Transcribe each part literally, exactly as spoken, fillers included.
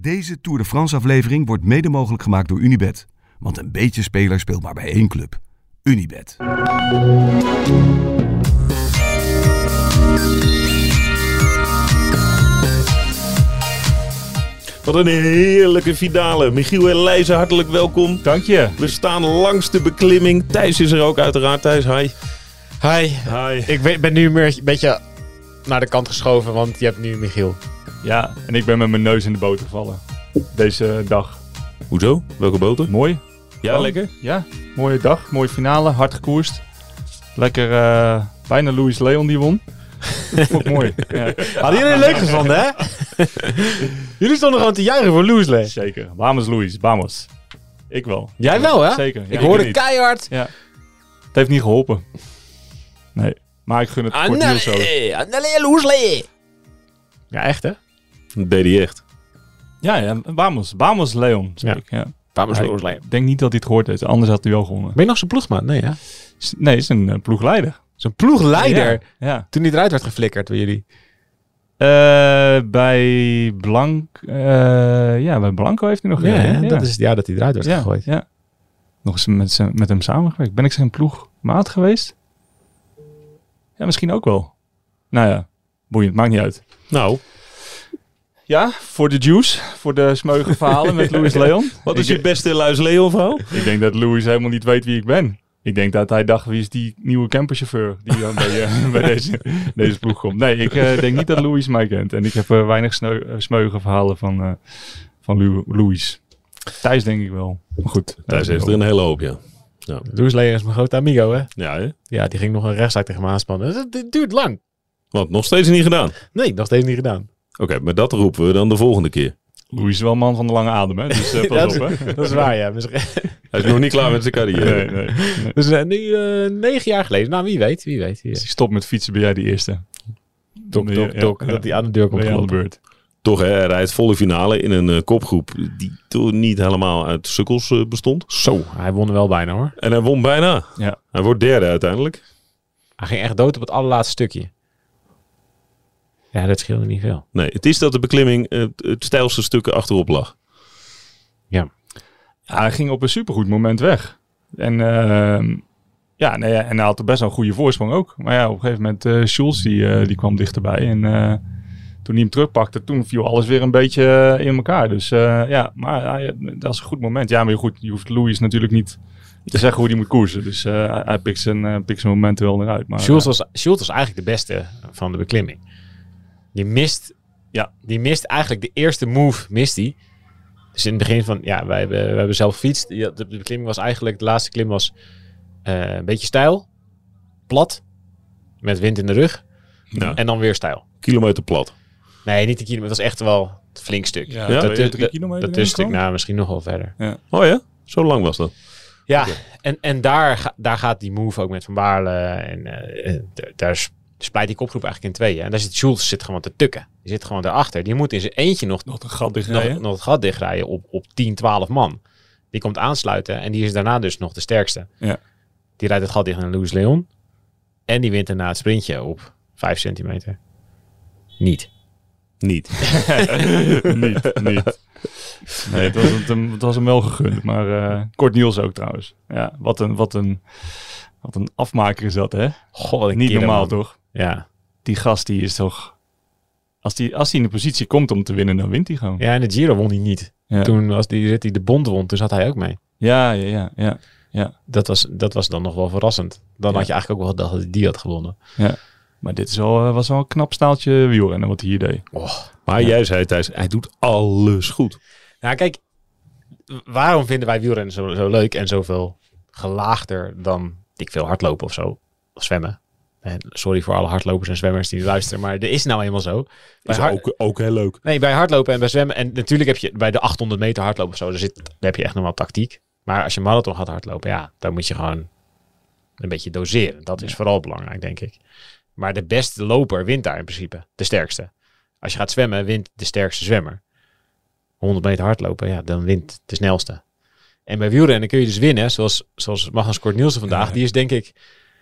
Deze Tour de France aflevering wordt mede mogelijk gemaakt door Unibet. Want een beetje speler speelt maar bij één club. Unibet. Wat een heerlijke finale. Michiel en Leijzen, hartelijk welkom. Dank je. We staan langs de beklimming. Thijs is er ook uiteraard. Thijs, hi. Hi. Hi. Ik ben nu een beetje naar de kant geschoven, want je hebt nu Michiel. Ja, en ik ben met mijn neus in de boter gevallen. Deze dag. Hoezo? Welke boter? Mooi. Ja, oh, lekker. Ja, mooie dag. Mooie finale. Hard gekoerst. Lekker, uh, bijna Louis Leon die won. Dat vond ik mooi. Ja. Hadden jullie het leuk gevonden, hè? Jullie stonden gewoon te juichen voor Louis Leon. Zeker. Vamos Louis, vamos. Ik wel. Jij wel, hè? Zeker. Ik ja, hoorde ik keihard. Ja. Het heeft niet geholpen. Nee. Maar ik gun het kort nieuws zo. Andale, Louis Leon. Ja, echt, hè? Dat deed hij echt. Ja, ja. Vamos. Vamos Leon. Ja. Ik, ja. Vamos Ja, Louis Leon. Ik denk niet dat hij het gehoord heeft. Anders had hij wel gewonnen. Ben je nog zijn ploegmaat? Nee, hè? Nee, het is een uh, ploegleider. Zijn ploegleider? Ja. ja. Toen hij eruit werd geflikkerd door jullie. Uh, bij Blanc, uh, ja, bij Blanco heeft hij nog ja, gereden. ja, Ja, dat is het jaar dat hij eruit werd ja, gegooid. Ja. Nog eens met, zijn, met hem samengewerkt. Ben ik zijn ploegmaat geweest? Ja, misschien ook wel. Nou ja, boeiend, maakt niet uit. Nou, ja, voor de juice, voor de smeuïge verhalen met Louis Leon. wat is ik, je beste Luis Leon verhaal? Ik denk dat Louis helemaal niet weet wie ik ben. Ik denk dat hij dacht, wie is die nieuwe camperchauffeur die dan bij, uh, bij deze, deze ploeg komt. Nee, ik uh, denk niet dat Louis mij kent. En ik heb uh, weinig sneu- uh, smeuïge verhalen van, uh, van Lu- Louis. Thijs denk ik wel. Maar goed. Thijs heeft er een hele hoop, ja. ja. Louis Leon is mijn grote amigo, hè? Ja, hè? Ja, die ging nog een rechtszaak tegen me aanspannen. Het, het duurt lang. Want nog steeds niet gedaan. Nee, nog steeds niet gedaan. Oké, okay, maar dat roepen we dan de volgende keer. Louis is wel een man van de lange adem, hè? Dus uh, pas ja, op, dat, hè? Dat is waar, ja. Hij is nog niet klaar met zijn carrière. Nee, nee, nee. Dus uh, nu uh, negen jaar geleden. Nou, wie weet, wie weet. Wie Als weet. hij stopt met fietsen, ben jij de eerste. Tok, tok, tok. Ja, dat hij aan de deur komt ben je aan de kloppen. beurt. Toch, hè? Hij rijdt volle finale in een uh, kopgroep die toen niet helemaal uit sukkels uh, bestond. Zo, hij won er wel bijna, hoor. En hij won bijna. Ja. Hij wordt derde uiteindelijk. Hij ging echt dood op het allerlaatste stukje. Ja, dat scheelde niet veel. Nee, het is dat de beklimming uh, het steilste stuk achterop lag. Ja. Ja, hij ging op een supergoed moment weg. En, uh, ja, nee, en hij had best wel een goede voorsprong ook. Maar ja, op een gegeven moment, uh, Schulz die, uh, die kwam dichterbij. En uh, toen hij hem terugpakte, toen viel alles weer een beetje uh, in elkaar. Dus uh, ja, maar uh, dat is een goed moment. Ja, maar goed, je hoeft Louis natuurlijk niet te zeggen hoe hij moet koersen. Dus uh, hij, hij pikt zijn, uh, pikt zijn momenten wel eruit. Maar, Schulz, uh, was, Schulz was eigenlijk de beste van de beklimming. Die mist, ja, die mist eigenlijk de eerste move, mist hij. Dus in het begin van, ja, wij hebben, we hebben zelf gefietst. De, de beklimming was eigenlijk, de laatste klim was uh, een beetje steil, plat, met wind in de rug. Ja. En dan weer steil. Kilometer plat. Nee, niet de kilometer, het was echt wel een flink stuk. Ja, Ja? twee, dat, drie dat, kilometer. dat denk ik tussenstuk, wel. nou, misschien nog wel verder. Ja. Oh ja? Zo lang was dat. Ja, Oké. en, en daar, ga, daar gaat die move ook met Van Baarle. En uh, d- daar is splijt die kopgroep eigenlijk in tweeën. En daar zit Schulz zit gewoon te tukken. Die zit gewoon daarachter. Die moet in zijn eentje nog, Nog een gat dichtrijden. nog, nog het gat dichtrijden op, op tien, twaalf man. Die komt aansluiten en die is daarna dus nog de sterkste. Ja. Die rijdt het gat dicht naar Louis Leon. En die wint daarna het sprintje op vijf centimeter. Niet. Niet. niet, niet. Nee, het was, het, het was hem wel gegund. Maar uh, Kort Niels ook trouwens. Ja, wat een, wat een, wat een afmaker is dat, hè? Goh, wat een Niet killer, normaal, man. toch? Ja. Die gast, die is toch... Als die, als die in de positie komt om te winnen, dan wint hij gewoon. Ja, en de Giro won hij niet. Ja. Toen als die rit die de Bond won, toen zat hij ook mee. Ja, ja, ja, ja, ja. Dat was, dat was dan nog wel verrassend. Dan Ja. had je eigenlijk ook wel gedacht dat hij die had gewonnen. ja. Maar dit is wel, was wel een knap staaltje wielrennen wat hij hier deed. Oh. Maar jij zei Thijs, hij doet alles goed. Nou, kijk, waarom vinden wij wielrennen zo, zo leuk en zoveel gelaagder dan ik veel hardlopen of zo? Of zwemmen. En sorry voor alle hardlopers en zwemmers die luisteren, maar er is nou eenmaal zo. Bij Is hard- ook, ook heel leuk. Nee, bij hardlopen en bij zwemmen. En natuurlijk heb je bij de achthonderd meter hardlopen of zo, daar, zit, daar heb je echt nog wel tactiek. Maar als je marathon gaat hardlopen, ja, dan moet je gewoon een beetje doseren. Dat is vooral belangrijk, denk ik. Maar de beste loper wint daar in principe. De sterkste. Als je gaat zwemmen, wint de sterkste zwemmer. honderd meter hardlopen, ja, dan wint de snelste. En bij wielrennen kun je dus winnen, zoals, zoals Magnus Kort Nielsen vandaag. Ja. Die is denk ik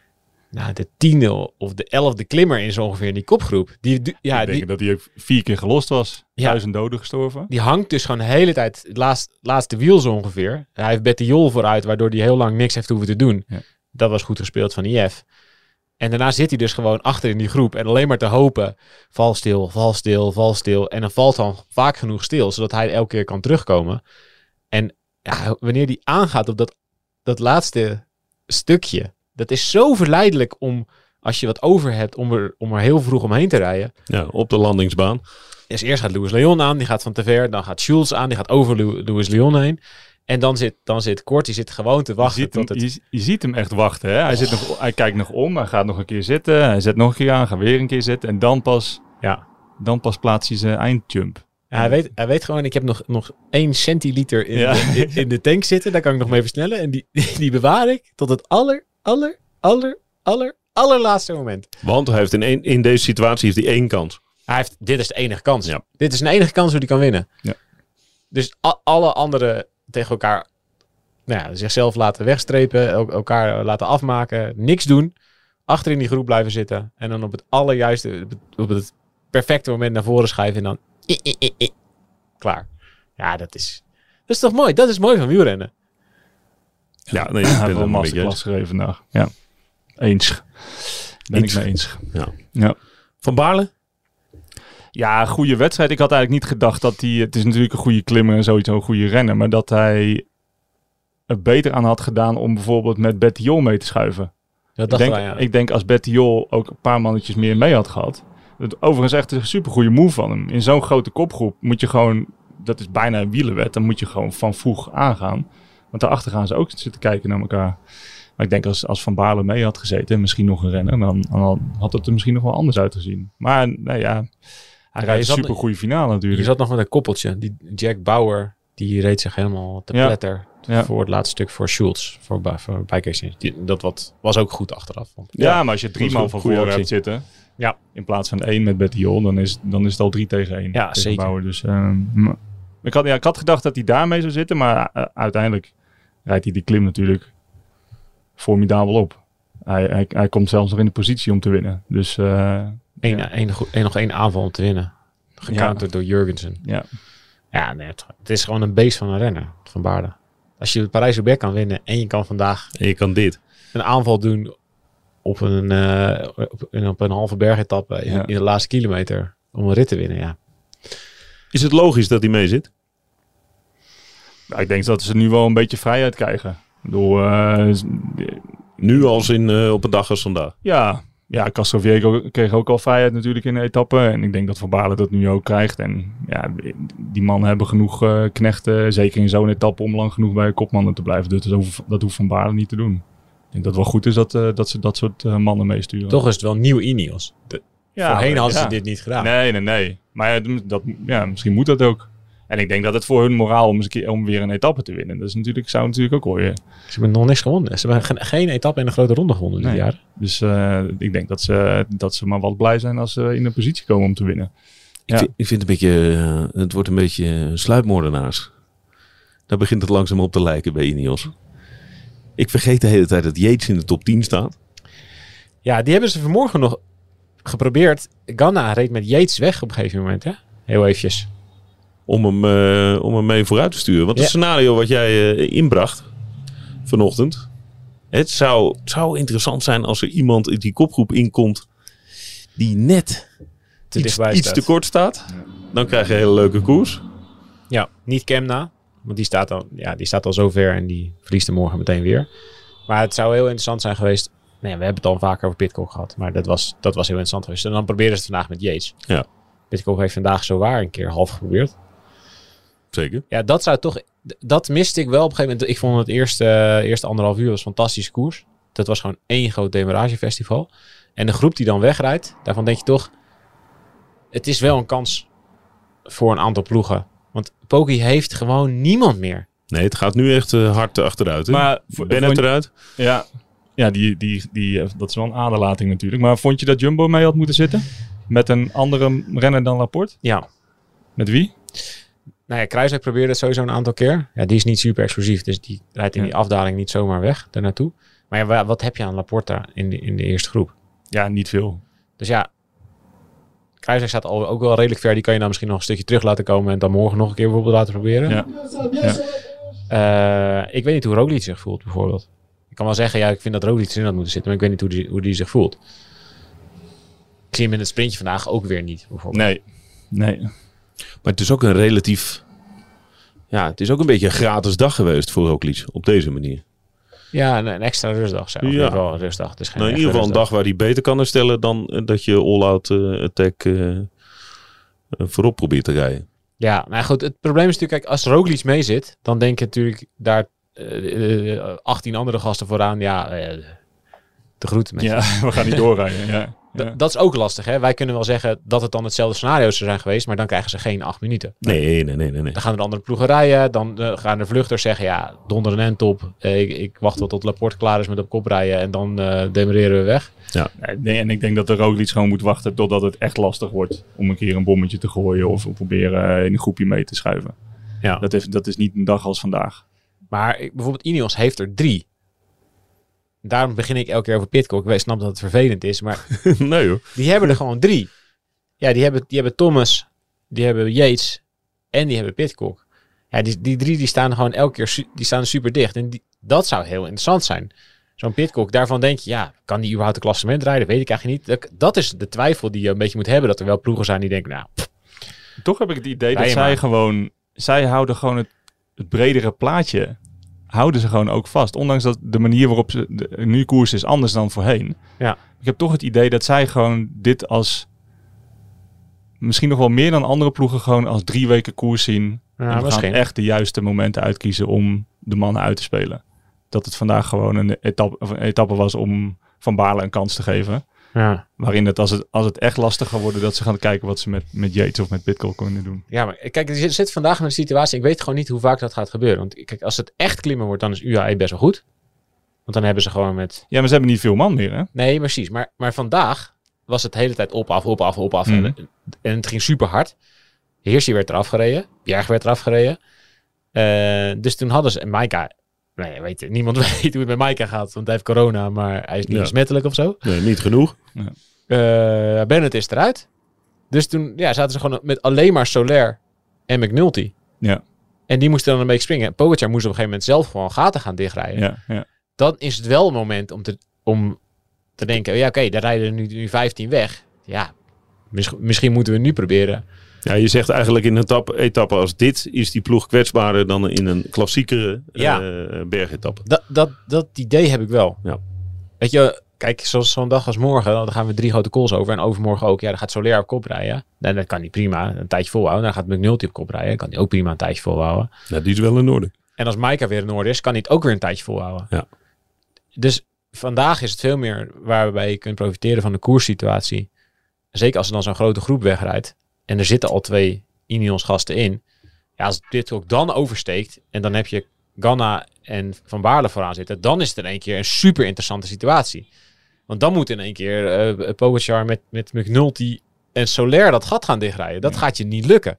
nou, de tiende of de elfde klimmer in zo ongeveer in die kopgroep. Die, die- ja, ik denk die, dat hij ook vier keer gelost was. Ja. Duizend doden gestorven. die hangt dus gewoon de hele tijd het laatste, laatste wiel zo ongeveer. Hij heeft Bettiol vooruit, waardoor hij heel lang niks heeft hoeven te doen. Ja. Dat was goed gespeeld van I F. En daarna zit hij dus gewoon achter in die groep en alleen maar te hopen. Val stil, val stil, val stil. En dan valt dan vaak genoeg stil, zodat hij elke keer kan terugkomen. En ja, wanneer die aangaat op dat, dat laatste stukje, dat is zo verleidelijk om, als je wat over hebt, om er, om er heel vroeg omheen te rijden. Ja, op de landingsbaan. Dus eerst gaat Louis Leon aan, die gaat van te ver. Dan gaat Schulz aan, die gaat over Lou- Louis Leon heen. En dan zit, dan zit Kort, die zit gewoon te Je wachten ziet, hem, tot het... je, je ziet hem echt wachten. Hè? Hij, zit nog, hij kijkt nog om, hij gaat nog een keer zitten. Hij zet nog een keer aan, gaat weer een keer zitten. En dan pas, Ja. dan pas plaatst hij zijn eindjump. Ja, hij, weet, hij weet gewoon, ik heb nog, nog één centiliter in, Ja. de, in, in de tank zitten. Daar kan ik nog mee versnellen. En die, die bewaar ik tot het aller, aller, aller, aller, allerlaatste moment. Want hij heeft in, een, in deze situatie heeft hij één kans. Hij heeft, dit is de enige kans. Ja. Dit is de enige kans hoe hij kan winnen. Ja. Dus a- alle anderen tegen elkaar, nou ja, zichzelf laten wegstrepen, el- elkaar laten afmaken, niks doen, achter in die groep blijven zitten en dan op het allerjuiste, op het, op het perfecte moment naar voren schuiven en dan i, i, i, i. Klaar. Ja, dat is, dat is toch mooi? Dat is mooi van wielrennen. Ja, nee, ik Hij ben heeft het wel een een beetje masterclass gegeven vandaag. Ja. Eens. Ben Eens. ik mee eens. Ja. Ja. Van Baarle? Ja, goede wedstrijd. Ik had eigenlijk niet gedacht dat hij... Het is natuurlijk een goede klimmer en sowieso een goede renner. Maar dat hij er beter aan had gedaan om bijvoorbeeld met Bettiol mee te schuiven. Dat Ik dacht denk, wij, ja. ik denk als Bettiol ook een paar mannetjes meer mee had gehad. Het, overigens echt een super goede move van hem. In zo'n grote kopgroep moet je gewoon... Dat is bijna een wielerwet. Dan moet je gewoon van vroeg aangaan. Want daarachter gaan ze ook zitten kijken naar elkaar. Maar ik denk als, als Van Baarle mee had gezeten, misschien nog een renner, dan, dan had het er misschien nog wel anders uitgezien. Maar nou ja, hij je rijdt een zat- super goede finale natuurlijk. Je zat nog met een koppeltje. Die Jack Bauer, die reed zich helemaal te Ja. pletter Ja. voor het laatste stuk voor Schulz, voor, Ba- voor Bike Exchange. Die- Dat wat, was ook goed achteraf. Want Ja, maar als je drie dat is man een van goede voren actie. hebt zitten, Ja. in plaats van één met Bettiol, dan is, dan is het al drie tegen één. Ja, tegen zeker. Bauer. Dus, ehm, m- ik, had, ja, ik had gedacht dat hij daarmee zou zitten, maar uh, uiteindelijk rijdt hij die klim natuurlijk formidabel op. Hij, hij, hij komt zelfs nog in de positie om te winnen. Dus uh, één, ja. één, go- één, nog één aanval om te winnen. Gecounterd door Jurgensen. ja. Ja, nee, het, het is gewoon een beest van een renner, Van Baarle. Als je Parijs-Roubaix kan winnen en je kan vandaag En je kan dit. een aanval doen op een, eh, op, op een halve bergetappe in, Ja. in de laatste kilometer om een rit te winnen, ja. Is het logisch dat hij mee zit? Nou, ik denk dat ze nu wel een beetje vrijheid krijgen. Ik bedoel, uh, Nu als in uh, op een dag als vandaag. ja, ja, Castroviejo kreeg ook al vrijheid natuurlijk in de etappe. En ik denk dat Van Baarle dat nu ook krijgt. En ja, die mannen hebben genoeg uh, knechten, zeker in zo'n etappe, om lang genoeg bij kopmannen te blijven. Dus dat hoeft, dat hoeft Van Baarle niet te doen. Ik denk dat het wel goed is dat, uh, dat ze dat soort uh, mannen meesturen. Toch is het wel nieuw Ineos. De, Ja, voorheen maar- hadden ja. ze dit niet gedaan. Nee, nee, nee. Maar ja, dat, ja, misschien moet dat ook. En ik denk dat het voor hun moraal om, eens een keer, om weer een etappe te winnen. Dat is natuurlijk, zou natuurlijk ook wel weer. Ze hebben nog niks gewonnen. Ze hebben geen, geen etappe in een grote ronde gewonnen dit Nee. jaar. Dus uh, ik denk dat ze, dat ze maar wat blij zijn als ze in een positie komen om te winnen. Ik, Ja. vind, ik vind het een beetje, uh, het wordt een beetje sluipmoordenaars. Daar begint het langzaam op te lijken bij Ineos. Ik vergeet de hele tijd dat Yates in de top tien staat. Ja, die hebben ze vanmorgen nog geprobeerd. Ganna reed met Yates weg op een gegeven moment, hè? Heel eventjes. Om hem, uh, om hem mee vooruit te sturen. Want het Ja. scenario wat jij uh, inbracht vanochtend. Het zou, het zou interessant zijn als er iemand in die kopgroep inkomt die net Te iets, dichtbij iets staat. te kort staat. Dan krijg je een hele leuke koers. Ja, niet Kemna. Want die staat, al, ja, die staat al zo ver en die verliest er morgen meteen weer. Maar het zou heel interessant zijn geweest. Nee, we hebben het al vaker over Pidcock gehad. Maar dat was, dat was heel interessant geweest. En dan proberen ze het vandaag met Yates. Ja. Pidcock heeft vandaag zowaar een keer half geprobeerd. Zeker. Ja, dat zou toch... Dat miste ik wel op een gegeven moment. Ik vond het eerste, uh, eerste anderhalf uur was een fantastische koers. Dat was gewoon één groot demaragefestival. En de groep die dan wegrijdt, daarvan denk je toch... Het is wel een kans voor een aantal ploegen. Want Poggi heeft gewoon niemand meer. Nee, het gaat nu echt uh, hard achteruit. Hè? Maar voor- Bennett voor- eruit. Ja, ja die, die, die, eh, dat is wel een aderlating natuurlijk. Maar vond je dat Jumbo mee had moeten zitten? Met een andere renner dan Laporte? Ja. Met wie? Nou ja, Kruiswijk probeerde het sowieso een aantal keer. Ja, die is niet super explosief. Dus die rijdt in Ja. die afdaling niet zomaar weg daarnaartoe. Maar ja, wa- wat heb je aan Laporta in de, in de eerste groep? Ja, niet veel. Dus ja, Kruijswijk staat al, ook wel redelijk ver. Die kan je dan misschien nog een stukje terug laten komen en dan morgen nog een keer bijvoorbeeld laten proberen. Ja. Ja. Uh, ik weet niet hoe Roglic zich voelt bijvoorbeeld. Ik kan wel zeggen, ja, ik vind dat Roglic erin had moeten zitten, maar ik weet niet hoe die, hoe die zich voelt. Ik zie hem in het sprintje vandaag ook weer niet, bijvoorbeeld. Nee, nee. Maar het is ook een relatief... Ja, het is ook een beetje een gratis dag geweest voor Roglic op deze manier. Ja, een, een extra rustdag. Zelf. Ja. In ieder geval een rustdag. Het is geen Nou, in ieder geval een dag waar hij beter kan herstellen dan uh, dat je all-out uh, attack uh, uh, voorop probeert te rijden. Ja, nou goed. Het probleem is natuurlijk, kijk, als Roglic mee zit, dan denk je natuurlijk daar uh, uh, achttien andere gasten vooraan. Ja, uh, de groeten. Ja, we gaan niet doorrijden. Ja. D- Ja. dat is ook lastig, hè? Wij kunnen wel zeggen dat het dan hetzelfde scenario zou zijn geweest, maar dan krijgen ze geen acht minuten. Nee, nee, nee, nee. nee. Dan gaan er andere ploegen rijden. Dan uh, gaan de vluchters zeggen, ja, donder en end op. Uh, ik, ik wacht wel tot Laporte klaar is met op kop rijden en dan uh, demereren we weg. Ja. Nee, en ik denk dat de Roglic gewoon moet wachten totdat het echt lastig wordt om een keer een bommetje te gooien of proberen in een groepje mee te schuiven. Ja. Dat, is, dat is niet een dag als vandaag. Maar ik, bijvoorbeeld Ineos heeft er drie. Daarom begin ik elke keer over Pidcock. Ik snap dat het vervelend is, maar Nee hoor. die hebben er gewoon drie. Ja, die hebben, die hebben Thomas, die hebben Yates en die hebben Pidcock. Ja, die, die drie die staan gewoon elke keer su- die staan super dicht. En die, dat zou heel interessant zijn. Zo'n Pidcock, daarvan denk je, ja, kan die überhaupt een klassement rijden? Weet ik eigenlijk niet. Dat, dat is de twijfel die je een beetje moet hebben. Dat er wel ploegen zijn die denken, nou... Pff, Toch heb ik het idee dat Rij je zij maar. gewoon... Zij houden gewoon het, het bredere plaatje... houden ze gewoon ook vast. Ondanks dat de manier waarop ze... De, nu koers is anders dan voorheen. Ja. Ik heb toch het idee dat zij gewoon dit als... misschien nog wel meer dan andere ploegen... gewoon als drie weken koers zien. Ja, en we misschien. gaan echt de juiste momenten uitkiezen... om de mannen uit te spelen. Dat het vandaag gewoon een etappe, of een etappe was... om Van Baarle een kans te geven. ja. Waarin het als, het, als het echt lastig gaat worden... dat ze gaan kijken wat ze met, met Yates of met Pidcock kunnen doen. Ja, maar kijk, er zit, zit vandaag in een situatie... Ik weet gewoon niet hoe vaak dat gaat gebeuren. Want kijk, als het echt klimmen wordt... dan is U A E best wel goed. Want dan hebben ze gewoon met... Ja, maar ze hebben niet veel man meer, hè? Nee, precies. Maar, maar vandaag was het de hele tijd op, af, op, af, op, af. Mhm. En, en het ging super hard. Hirschi werd eraf gereden. Bjerg werd eraf gereden. Uh, dus toen hadden ze... En Maika... Nee, weet je, niemand weet hoe het met Maika gaat. Want hij heeft corona, maar hij is niet Ja. besmettelijk of zo. Nee, niet genoeg. Uh, Bennett is eruit. Dus toen ja, zaten ze gewoon met alleen maar Soler en McNulty. Ja, En die moesten dan een beetje springen. Pogacar moest op een gegeven moment zelf gewoon gaten gaan dichtrijden. ja, ja. Dan is het wel een moment om te, om te denken... Ja, oké, okay, daar rijden er nu, nu vijftien weg. Ja, mis, misschien moeten we nu proberen. Ja, je zegt eigenlijk in een etappe, etappe als dit... is die ploeg kwetsbaarder dan in een klassiekere Ja. uh, bergetappe. Dat, dat, dat idee heb ik wel. Ja. Weet je, kijk, zoals zo'n dag als morgen... dan gaan we drie grote calls over. En overmorgen ook. Ja, dan gaat Soler op kop rijden. En dat kan hij prima een tijdje volhouden. Dan gaat McNulty op kop rijden. Dan kan hij ook prima een tijdje volhouden. Nou, die is wel in orde. En als Maika weer in orde is, kan hij het ook weer een tijdje volhouden. Ja. Dus vandaag is het veel meer waarbij je kunt profiteren van de koerssituatie. Zeker als er dan zo'n grote groep wegrijdt. En er zitten al twee Ineos gasten in. Ja, als dit ook dan oversteekt. En dan heb je Ganna en Van Baarle vooraan zitten. Dan is het in één keer een super interessante situatie. Want dan moet in één keer uh, Pogacar met, met McNulty en Soler dat gat gaan dichtrijden. Dat gaat je niet lukken.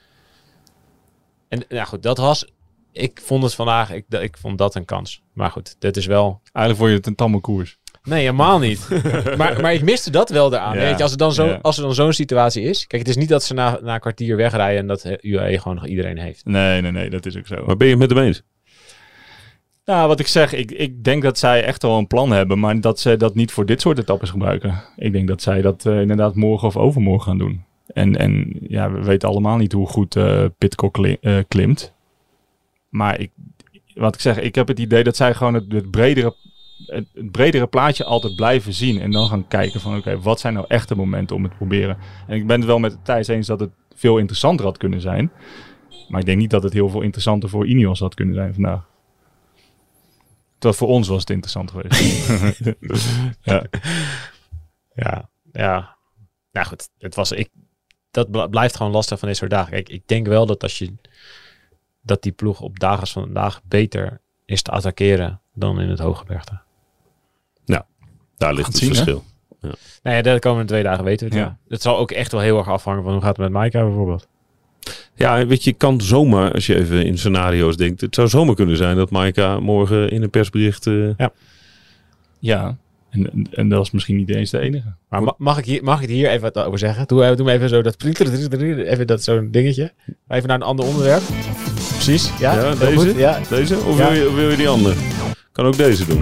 En nou goed, dat was... Ik vond het vandaag, ik, ik vond dat een kans. Maar goed, dit is wel... Eigenlijk vond je het een tamme koers. Nee, helemaal niet. maar, maar ik miste dat wel eraan. Ja, Weet je, als, er dan zo, ja. als er dan zo'n situatie is. Kijk, het is niet dat ze na, na een kwartier wegrijden en dat U A E gewoon nog iedereen heeft. Nee, nee, nee, dat is ook zo. Maar ben je het met hem eens? Nou, wat ik zeg, ik, ik denk dat zij echt wel een plan hebben, maar dat ze dat niet voor dit soort etappes gebruiken. Ik denk dat zij dat uh, inderdaad morgen of overmorgen gaan doen. En, en ja, we weten allemaal niet hoe goed uh, Pidcock kli- uh, klimt. Maar ik, wat ik zeg, ik heb het idee dat zij gewoon het, het, bredere, het, het bredere plaatje altijd blijven zien. En dan gaan kijken van, oké, okay, wat zijn nou echte momenten om het te proberen. En ik ben het wel met Thijs eens dat het veel interessanter had kunnen zijn. Maar ik denk niet dat het heel veel interessanter voor Ineos had kunnen zijn vandaag. Terwijl voor ons was het interessant geweest. ja. Ja, ja. Nou goed, het was, ik, dat bl- blijft gewoon lastig van dit soort dagen. Kijk, ik denk wel dat als je dat die ploeg op dagen als vandaag beter is te attackeren dan in het Hooggebergte. Daar ligt het zien, verschil. Nou ja, de komende twee dagen weten we het. Ja. Ja. Het zal ook echt wel heel erg afhangen van hoe gaat het met Maika bijvoorbeeld. Ja, weet je, kan zomaar, als je even in scenario's denkt... het zou zomaar kunnen zijn dat Maika morgen in een persbericht... Uh, Ja. Ja, en, en dat is misschien niet eens de enige. Maar ma- mag, ik hier, mag ik het hier even wat over zeggen? Doe, doe me even zo dat... Even dat zo'n dingetje. Even naar een ander onderwerp. Precies, ja. Ja, heel deze? goed, ja. Deze? Of Ja. wil, je, of wil je die andere? Kan ook deze doen.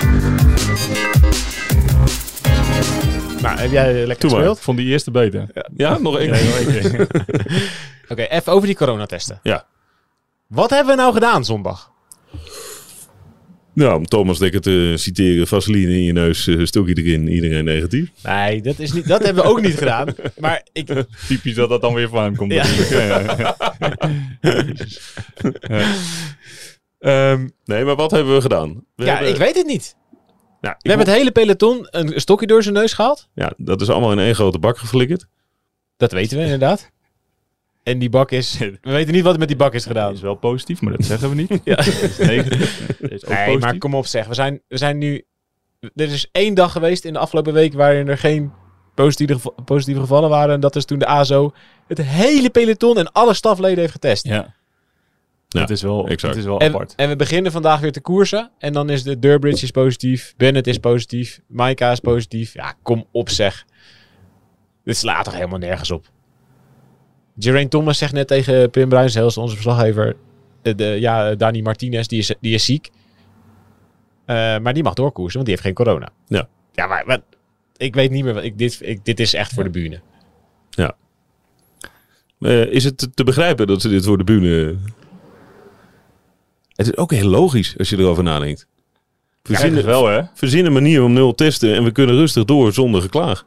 Nou, heb jij lekker Doe maar. gespeeld? Ik vond die eerste beter. Ja, nog één keer. Oké, even over die coronatesten. Ja. Wat hebben we nou gedaan zondag? Nou, om Thomas Dekker te citeren, vaseline in je neus, uh, stokje erin, iedereen negatief. Nee, dat, is niet, dat hebben we ook niet gedaan. Maar ik... Typisch dat dat dan weer van hem komt. Ja. natuurlijk. Ja, ja. Ja. Ehm, Nee, maar wat hebben we gedaan? We ja, hebben, ik weet het niet. nou, ik We hebben mo- het hele peloton een stokje door zijn neus gehaald. Ja, dat is allemaal in één grote bak geflikkerd. Dat weten we inderdaad. En die bak is... We weten niet wat er met die bak is Dat gedaan. is wel positief, maar dat zeggen we niet. Ja. Dat is negatief. Dat is ook Nee, positief. maar kom op zeg. We zijn, we zijn nu... Er is één dag geweest in de afgelopen week waarin er geen positieve, gev- positieve gevallen waren. En dat is toen de A S O het hele peloton en alle stafleden heeft getest. Ja. Ja, dat is wel, exact. dat is wel En, apart. en we beginnen vandaag weer te koersen. En dan is de Durbridge is positief. Bennett is positief. Maika is positief. Ja, kom op zeg. Dit slaat toch helemaal nergens op. Geraint Thomas zegt net tegen Pim Bruinshels, onze verslaggever. De, de, ja, Dani Martinez, die is, die is ziek. Uh, maar die mag doorkoersen, want die heeft geen corona. Ja. Ja, maar, maar ik weet niet meer. Wat, ik, dit, ik, dit is echt voor de bühne. Ja. Uh, is het te, te begrijpen dat ze dit voor de bühne... Het is ook heel logisch als je erover nadenkt. Verzin, Ja, wel, hè? verzin een manier om nul testen en we kunnen rustig door zonder geklaag.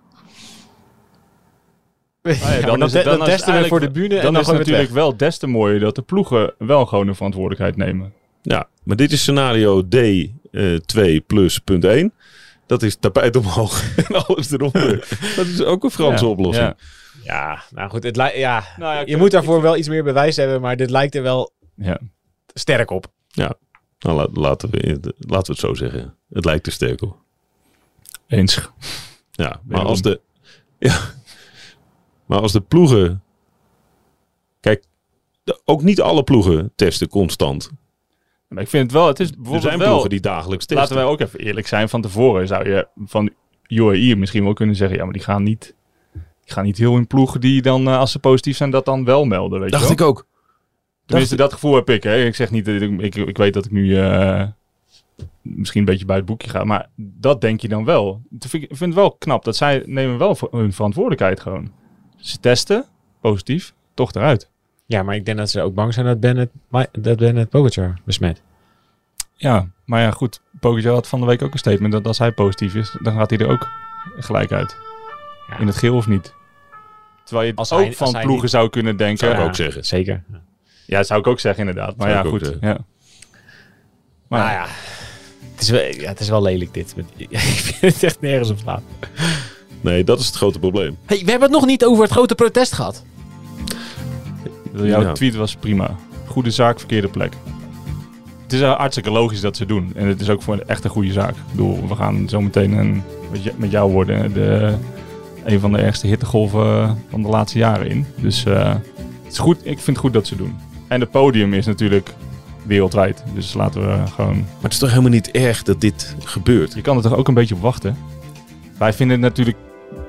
Ja, ja, dan, is het- dan, dan is testen we eigenlijk- voor de bühne en Dan, dan is gooien het we het natuurlijk wel des te mooier dat de ploegen wel gewoon een verantwoordelijkheid nemen. Ja, maar dit is scenario D twee plus punt één. Dat is tapijt omhoog en alles eronder. Dat is ook een Franse Ja, oplossing. ja. Ja, nou goed. Het li- ja, Nou ja, ik je vind- moet daarvoor wel iets meer bewijs hebben, maar dit lijkt er wel Ja. sterk op. Nou, la- laten, we, laten we het zo zeggen. Het lijkt er sterk op. Eens. Ja, maar als de... Ja, maar als de ploegen... Kijk, de- ook niet alle ploegen testen constant. Maar ik vind het wel, het is Er bijvoorbeeld zijn wel... ploegen die dagelijks testen. Laten wij ook even eerlijk zijn. Van tevoren zou je van U A E misschien wel kunnen zeggen... Ja, maar die gaan niet, die gaan niet heel in ploegen die dan, uh, als ze positief zijn, dat dan wel melden. Weet Dacht je wel? ik ook. Tenminste, dat gevoel heb ik. Hè. Ik zeg niet dat ik, ik, ik weet dat ik nu uh, misschien een beetje bij het boekje ga. Maar dat denk je dan wel. Ik vind, ik vind het wel knap dat zij nemen wel hun verantwoordelijkheid gewoon. Ze testen, positief, toch eruit. Ja, maar ik denk dat ze ook bang zijn dat Bennett, dat Bennett Pogacar besmet. Ja, maar ja goed. Pogacar had van de week ook een statement dat als hij positief is, dan gaat hij er ook gelijk uit. Ja. In het geel of niet. Terwijl je Als ook hij- van als hij ploegen niet- zou kunnen denken. Zou ik Ja, ook zeggen. Zeker. ja, dat zou ik ook zeggen inderdaad. Maar Zou ja, ik ook goed. zeggen. Ja. Maar Nou ja, het is wel, ja, het is wel lelijk dit. Ik vind het echt nergens op slaan. Nee, dat is het grote probleem. Hey, we hebben het nog niet over het grote protest gehad. jouw Ja. tweet was prima. Goede zaak, verkeerde plek. Het is uh, hartstikke logisch dat ze doen. En het is ook voor echt een goede zaak. Ik bedoel, we gaan zo meteen een, met je- met jou worden de, een van de ergste hittegolven van de laatste jaren in. Dus uh, het is goed. Ik vind het goed dat ze doen. En het podium is natuurlijk wereldwijd. Dus laten we gewoon... Maar het is toch helemaal niet erg dat dit gebeurt? Je kan er toch ook een beetje op wachten. Wij vinden het natuurlijk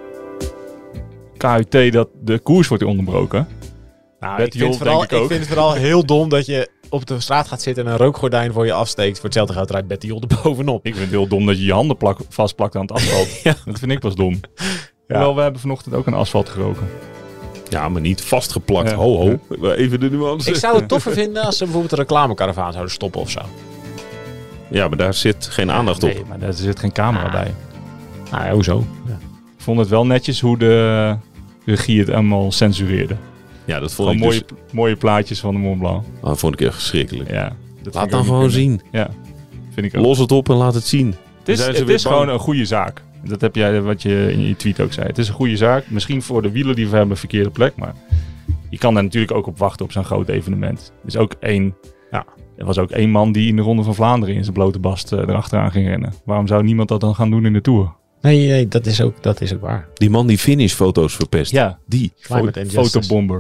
K U T dat de koers wordt onderbroken. Nou, Betty ik, vind Jol, vooral, denk ik ik ook. vind het vooral heel dom dat je op de straat gaat zitten en een rookgordijn voor je afsteekt. Voor hetzelfde geld rijdt Betty Jol er bovenop. Ik vind het heel dom dat je je handen plak, vastplakt aan het asfalt. Ja. Dat vind ik pas dom. Terwijl we hebben vanochtend ook een asfalt geroken. Ja, maar niet vastgeplakt. Ja. Ho, ho. Even de nuance. Ik zou het toffer vinden als ze bijvoorbeeld een reclamekaravaan zouden stoppen of zo. Ja, maar daar zit geen aandacht op. Nee, maar daar zit geen camera Ah. bij. Nou ja, hoezo? Ja. Ik vond het wel netjes hoe de regie het allemaal censureerde. Ja, dat vond Gewoon ik mooie, dus... mooie plaatjes van de Mont Blanc. Oh, dat vond ik echt verschrikkelijk. Ja, dat vind Laat ik dan ook gewoon niet kunnen. zien. Ja, vind ik ook. Los het op en laat het zien. Het is, zijn ze het weer is bang. gewoon een goede zaak. Dat heb jij wat je in je tweet ook zei. Het is een goede zaak. Misschien voor de wielen die we hebben een verkeerde plek. Maar je kan daar natuurlijk ook op wachten op zo'n groot evenement. Er is ook één... Ja. Er was ook één man die in de Ronde van Vlaanderen in zijn blote bast uh, erachteraan ging rennen. Waarom zou niemand dat dan gaan doen in de Tour? Nee, nee dat, is ook, dat is ook waar. Die man die finishfoto's verpest. Ja, Die. Climate injustice. fotobomber.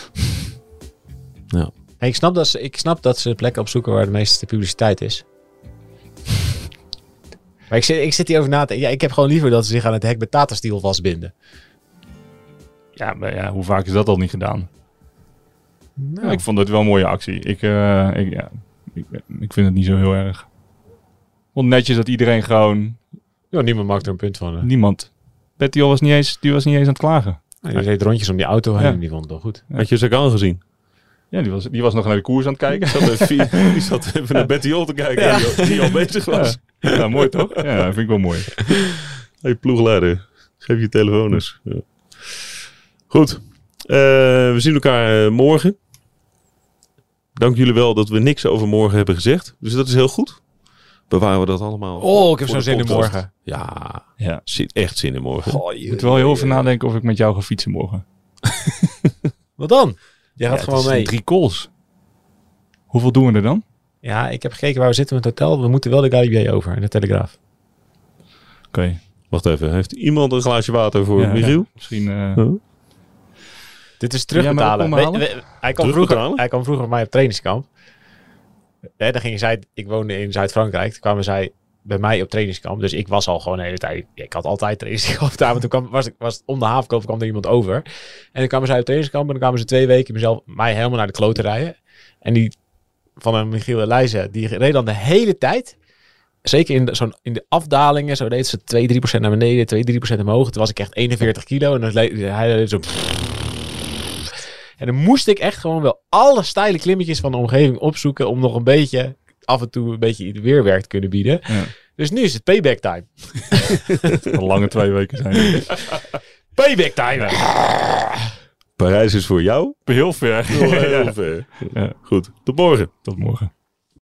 Ja. Hey, ik, snap dat ze, ik snap dat ze plekken opzoeken waar de meeste publiciteit is. Maar ik zit, ik zit hierover na te denken. Ja, ik heb gewoon liever dat ze zich aan het hek met Tata Steel vastbinden. Ja, maar ja, hoe vaak is dat al niet gedaan? Nou, Ja, ik vond het wel een mooie actie. Ik, uh, ik, ja, ik, ik vind het niet zo heel erg. Ik vond netjes dat iedereen gewoon... ja, niemand maakt er een punt van. Hè. Niemand... Betty was niet eens, die was niet eens aan het klagen. Ja, die deed rondjes om die auto heen Ja. en die vond het wel goed. Had je Sagan gezien? Ja, die was, die was nog naar de koers aan het kijken. Die zat even, die zat even naar Betty Jol te kijken. Ja. Die, al- die al bezig was. Ja. Ja, mooi toch? Ja, dat vind ik wel mooi. Hey, ploegleider. Geef je telefoon eens. Ja. Goed. Uh, we zien elkaar uh, morgen. Dank jullie wel dat we niks over morgen hebben gezegd. Dus dat is heel goed. Bewaren we dat allemaal. Oh, ik heb voor zo'n de zin in podcast. morgen. Ja, Ja. zit echt zin in morgen. Oh, Ik moet wel heel even nadenken of ik met jou ga fietsen morgen. Wat dan? Jij gaat Ja, gewoon het is mee. Drie calls. Hoeveel doen we er dan? Ja, ik heb gekeken waar we zitten met het hotel. We moeten wel de Galibier over en de Telegraaf. Oké. Okay. Wacht even. Heeft iemand een glaasje water voor Ja, Michiel? ja. Misschien... Uh... Huh? Dit is Jij maar terugbetalen. ook We- ophalen? we- hij, kwam vroeger, Terugbetalen? hij kwam vroeger bij mij op trainingskamp. Hè, dan gingen zij, ik woonde in Zuid-Frankrijk. Toen kwamen zij bij mij op trainingskamp. Dus ik was al gewoon de hele tijd... Ja, ik had altijd trainingskamp daar. Maar toen kwam, was, ik, was het om de havenkloof kwam er iemand over. En dan kwamen zij op trainingskamp. En dan kwamen ze twee weken mezelf, mij helemaal naar de kloten rijden. En die van een Michiel Elijzen, die reed dan de hele tijd... Zeker in de, zo'n, in de afdalingen, zo deed ze twee, drie procent naar beneden, twee, drie procent omhoog. Toen was ik echt eenenveertig kilo en dan le- hij deed zo... En dan moest ik echt gewoon wel alle steile klimmetjes van de omgeving opzoeken om nog een beetje, af en toe een beetje weerwerk te kunnen bieden. Ja. Dus nu is het payback time. Een lange twee weken zijn. Payback time! Parijs is voor jou Heel ver. nog heel Ja. ver. Ja. Goed, tot morgen. Tot morgen.